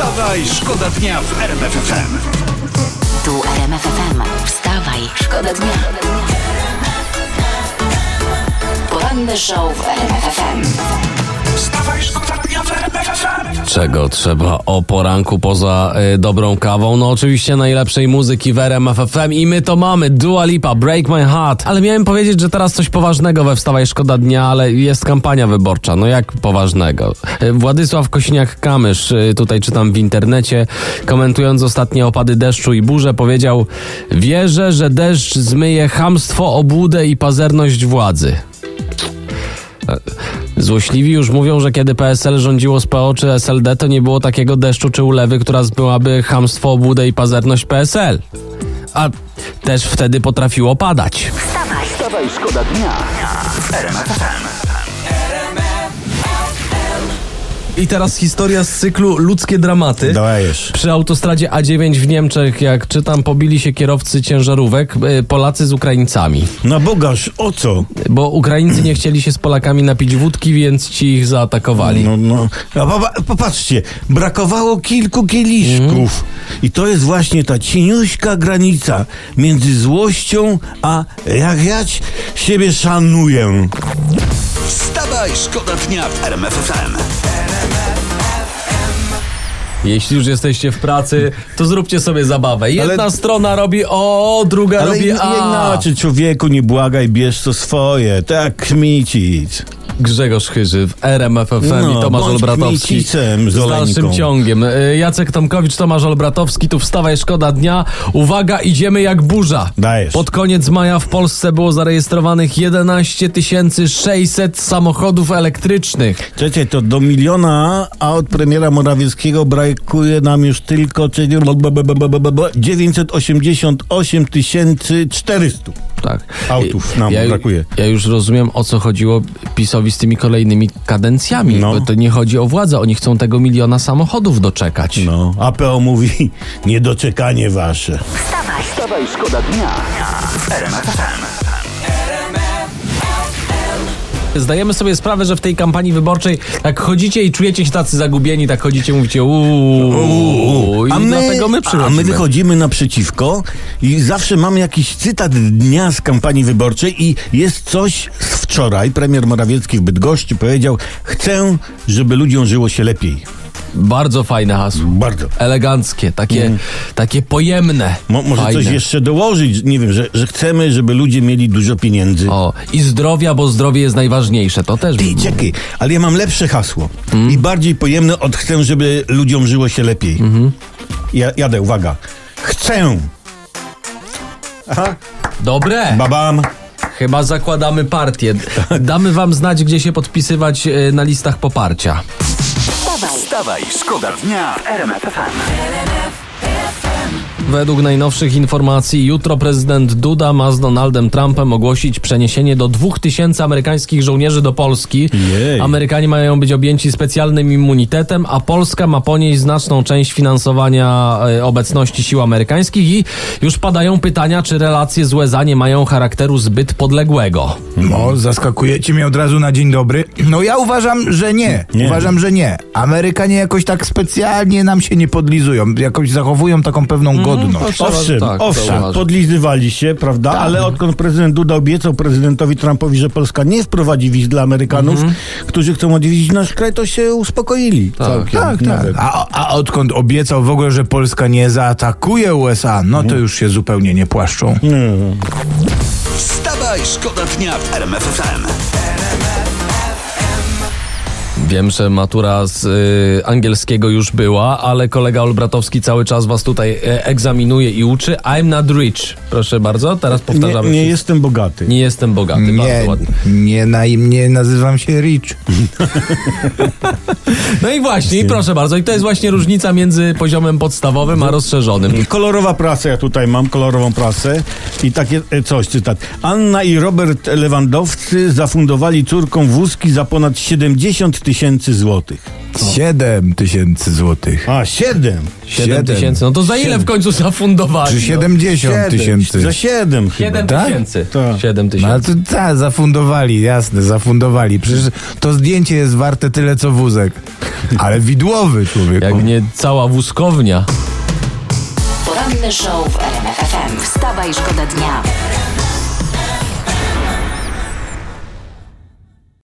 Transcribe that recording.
Wstawaj, szkoda dnia w RMF FM. Tu RMF FM. Wstawaj, szkoda dnia. Poranny show w RMF FM. Wstawaj, szkoda dnia w RMF FM. Czego trzeba o poranku poza dobrą kawą? No oczywiście najlepszej muzyki w RMF FM i my to mamy. Dua Lipa, Break My Heart. Ale miałem powiedzieć, że teraz coś poważnego we Wstawaj Szkoda Dnia, ale jest kampania wyborcza. No jak poważnego? Władysław Kośniak-Kamysz, tutaj czytam w internecie, komentując ostatnie opady deszczu i burze, powiedział: wierzę, że deszcz zmyje chamstwo, obłudę i pazerność władzy. Złośliwi już mówią, że kiedy PSL rządziło z PO czy SLD, to nie było takiego deszczu czy ulewy, która zmyłaby chamstwo, obłudę i pazerność PSL. A też wtedy potrafiło padać. Wstawaj, szkoda dnia w RMF FM. I teraz historia z cyklu Ludzkie dramaty. Dajesz. Przy autostradzie A9 w Niemczech, jak czytam, pobili się kierowcy ciężarówek, Polacy z Ukraińcami. Na Bogaż, o co? Bo Ukraińcy nie chcieli się z Polakami napić wódki, więc ci ich zaatakowali. No. A popatrzcie, brakowało kilku kieliszków. I to jest właśnie ta cieniuśka granica między złością a jak ja siebie szanuję. Wstawaj, szkoda dnia w RMF FM. Jeśli już jesteście w pracy, to zróbcie sobie zabawę. Jedna strona robi O, druga robi A. Inaczej, człowieku, nie błagaj, bierz to swoje. Tak kmicic. Grzegorz Chyży w RMF FM i Tomasz bądź Olbratowski kmicicem z z dalszym Oleńką. ciągiem. Jacek Tomkowicz, Tomasz Olbratowski, tu Wstawaj Szkoda Dnia. Uwaga, idziemy jak burza. Dajesz. Pod koniec maja w Polsce było zarejestrowanych 11 600 samochodów elektrycznych. Czekaj, to do 1 000 000, a od premiera Morawieckiego brakuje nam już tylko 988 400 Tak. autów nam brakuje. Ja już rozumiem, o co chodziło PiS-owi z tymi kolejnymi kadencjami. No. Bo to nie chodzi o władzę, oni chcą tego 1 000 000 samochodów doczekać. No, a PO mówi, niedoczekanie wasze. Wstawaj, szkoda dnia w RMF FM. Zdajemy sobie sprawę, że w tej kampanii wyborczej tak chodzicie i czujecie się tacy zagubieni, tak chodzicie, mówicie uuu, i dlatego my przychodzimy. A my wychodzimy naprzeciwko i zawsze mamy jakiś cytat dnia z kampanii wyborczej i jest coś z wczoraj. Premier Morawiecki w Bydgoszczy powiedział: chcę, żeby ludziom żyło się lepiej. Bardzo fajne hasło. Bardzo. Eleganckie, takie pojemne. Może fajne. coś jeszcze dołożyć, nie wiem, że chcemy, żeby ludzie mieli dużo pieniędzy. O, i zdrowia, bo zdrowie jest najważniejsze, to też. Ty, czekaj, ale ja mam lepsze hasło i bardziej pojemne od chcę, żeby ludziom żyło się lepiej. Jadę, uwaga. Chcę. Aha. Dobre. Babam. Chyba zakładamy partię. Damy wam znać, gdzie się podpisywać na listach poparcia. Wstawaj, szkoda dnia w RMF FM. Według najnowszych informacji jutro prezydent Duda ma z Donaldem Trumpem ogłosić przeniesienie do 2000 amerykańskich żołnierzy do Polski. Jej. Amerykanie mają być objęci specjalnym immunitetem, a Polska ma ponieść znaczną część finansowania obecności sił amerykańskich i już padają pytania, czy relacje z USA nie mają charakteru zbyt podległego. No, zaskakujecie mnie od razu na dzień dobry. No ja uważam, że nie. Uważam, że nie. Amerykanie jakoś tak specjalnie nam się nie podlizują. Jakoś zachowują taką pewną godność. Owszem, podlizywali się, prawda? Tak. Ale odkąd prezydent Duda obiecał prezydentowi Trumpowi, że Polska nie wprowadzi wiz dla Amerykanów, którzy chcą odwiedzić nasz kraj, to się uspokoili całkiem. Tak. Nawet. A odkąd obiecał w ogóle, że Polska nie zaatakuje USA, no to już się zupełnie nie płaszczą. Wstawaj, szkoda dnia w RMF FM. Wiem, że matura z angielskiego już była, ale kolega Olbratowski cały czas was tutaj egzaminuje i uczy. I'm not rich. Proszę bardzo, teraz powtarzamy. Nie jestem bogaty. Nie jestem bogaty, bardzo ładnie. Nie nazywam się Rich. No i właśnie, i proszę bardzo, i to jest właśnie różnica między poziomem podstawowym a rozszerzonym. Kolorowa prasa, ja tutaj mam kolorową prasę i takie coś, cytat. Anna i Robert Lewandowscy zafundowali córkom wózki za ponad 70 tysięcy złotych. 7 tysięcy złotych. A, 7. 7 tysięcy. No to za ile w końcu zafundowali? Czy 70 tysięcy? Za 7 chyba. 7 tak? tysięcy. Tak. 7 No ale tysięcy. to tak, zafundowali, jasne, zafundowali. Przecież to zdjęcie jest warte tyle co wózek. Ale widłowy, człowieku. Jak nie cała wózkownia. Poranny show w RMF FM. Wstawaj, szkoda dnia.